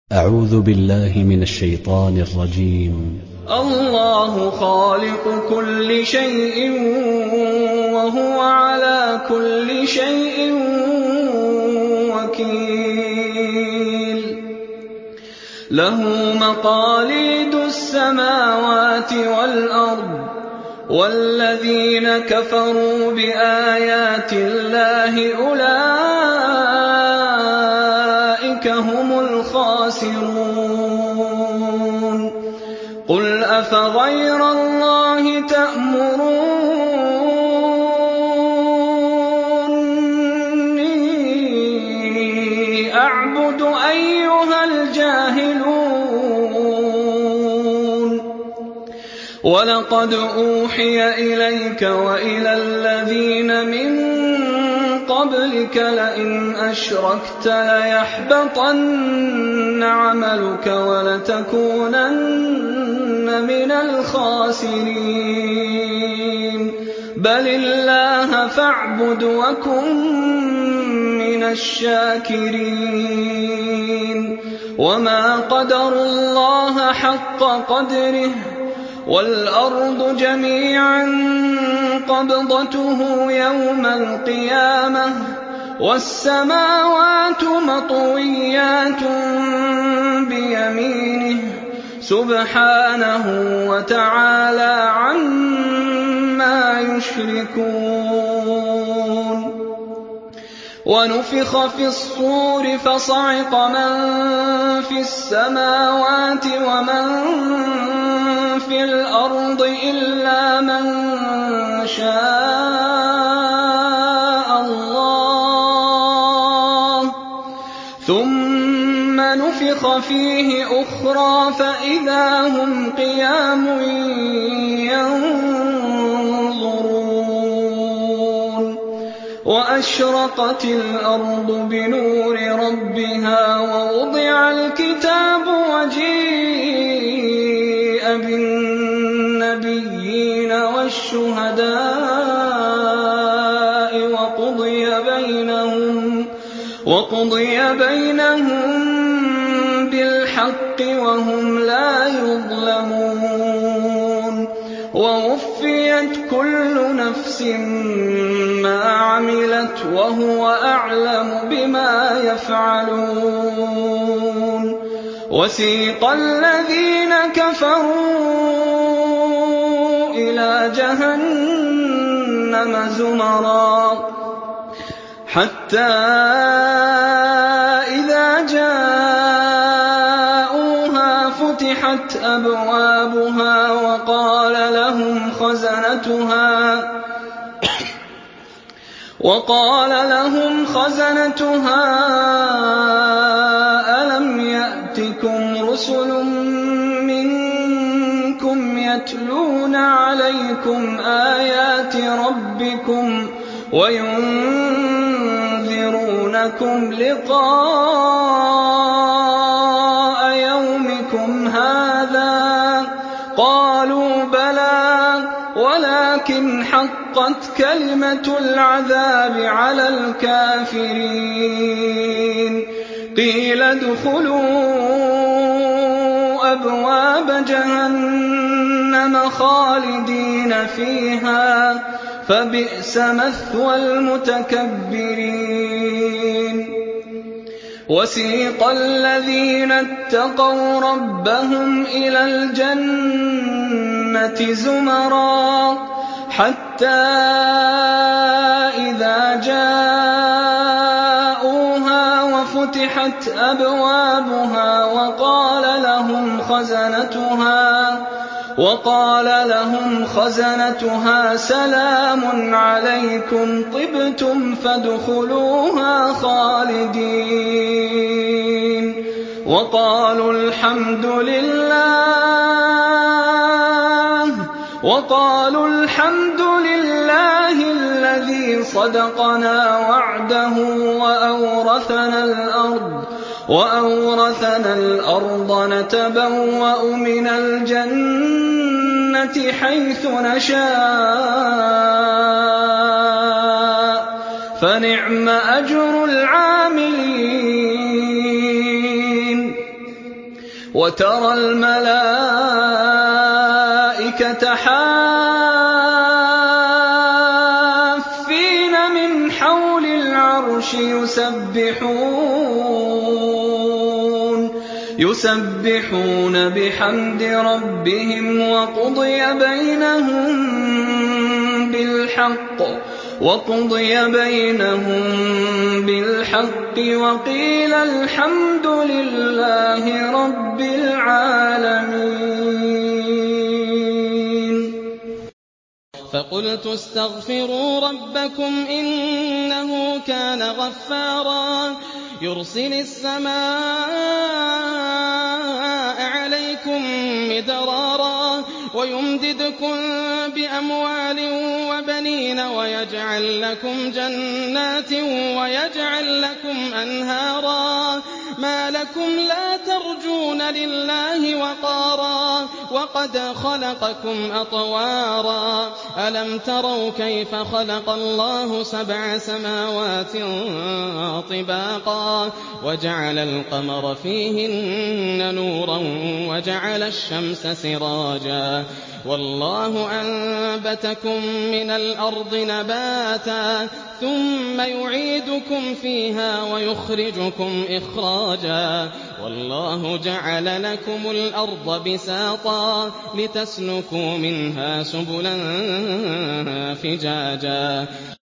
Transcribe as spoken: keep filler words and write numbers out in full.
أعوذ بالله من الشيطان الرجيم. الله خالق كل شيء وهو على كل شيء وكيل. له مقاليد السماوات والأرض، والذين كفروا بآيات الله أولئك هم الخاسرون. قل أفغير الله تأمروني أعبد أيها الجاهلون؟ ولقد أوحي إليك وإلى الذين من قبلك لئن أشركت ليحبطن عملك ولتكونن من الخاسرين. بل الله فاعبد وكن من الشاكرين. وما قدروا الله حق قدره، والأرض جميعا قبضته يوم القيامة، والسماوات مطويات بيمينه سبحانه وتعالى عما يشركون. ونفخ في الصور فصعق من في السماوات ومن في الأرض إلا من شاء الله، ثم نفخ فيه أخرى فإذا هم قيام ينظرون. وأشرقت الأرض بنور ربها ووضع الكتاب وجيء بالنبيين والشهداء وقضي بينهم, وقضي بينهم بالحق وهم لا يظلمون. ووفيت كل نفس ما عملت وهو أعلم بما يفعلون. وسيق الذين كفروا إلى جهنم زمرا حتى إذا جاءوها فتحت أبوابها وقال لهم خزنتها وقال لهم خزنتها ألم يأتكم رسل منكم يتلون عليكم آيات ربكم وينذرونكم لقاء يومكم هذا؟ قالوا بلى ولكن حقت كلمة العذاب على الكافرين. قيل ادخلوا أبواب جهنم خالدين فيها فبئس مثوى المتكبرين. وسيق الذين اتقوا ربهم إلى الجنة زمرا حتى إذا جاءوها وفتحت أبوابها وقال لهم خزنتها وقال لهم خزنتها سلام عليكم طبتم فادخلوها خالدين. وقالوا الحمد لله وقالوا الحمد لله الذي صدقنا وعده وأورثنا الأرض وأورثنا الأرض نتبوأ من الجنة حيث نشاء فنعم أجر العاملين. وترى الملائكة حافين من حول العرش يسبحون يسبحون بحمد ربهم وقضي بينهم بالحق وقضي بينهم بالحق وقيل الحمد لله رب العالمين. فقلت استغفروا ربكم إنه كان غفارا يرسل السماء عليكم مدرارا ويمددكم بأموال وبنين ويجعل لكم جنات ويجعل لكم أنهارا ما لكم لا ترجون لله وقارا وقد خلقكم أطوارا ألم تروا كيف خلق الله سبع سماوات طباقا وجعل القمر فيهن نورا وجعل الشمس سراجا والله أنبتكم من الأرض نباتا ثم يعيدكم فيها ويخرجكم إخراجا والله جعل لكم الأرض بساطا لتسلكوا منها سبلا فجاجا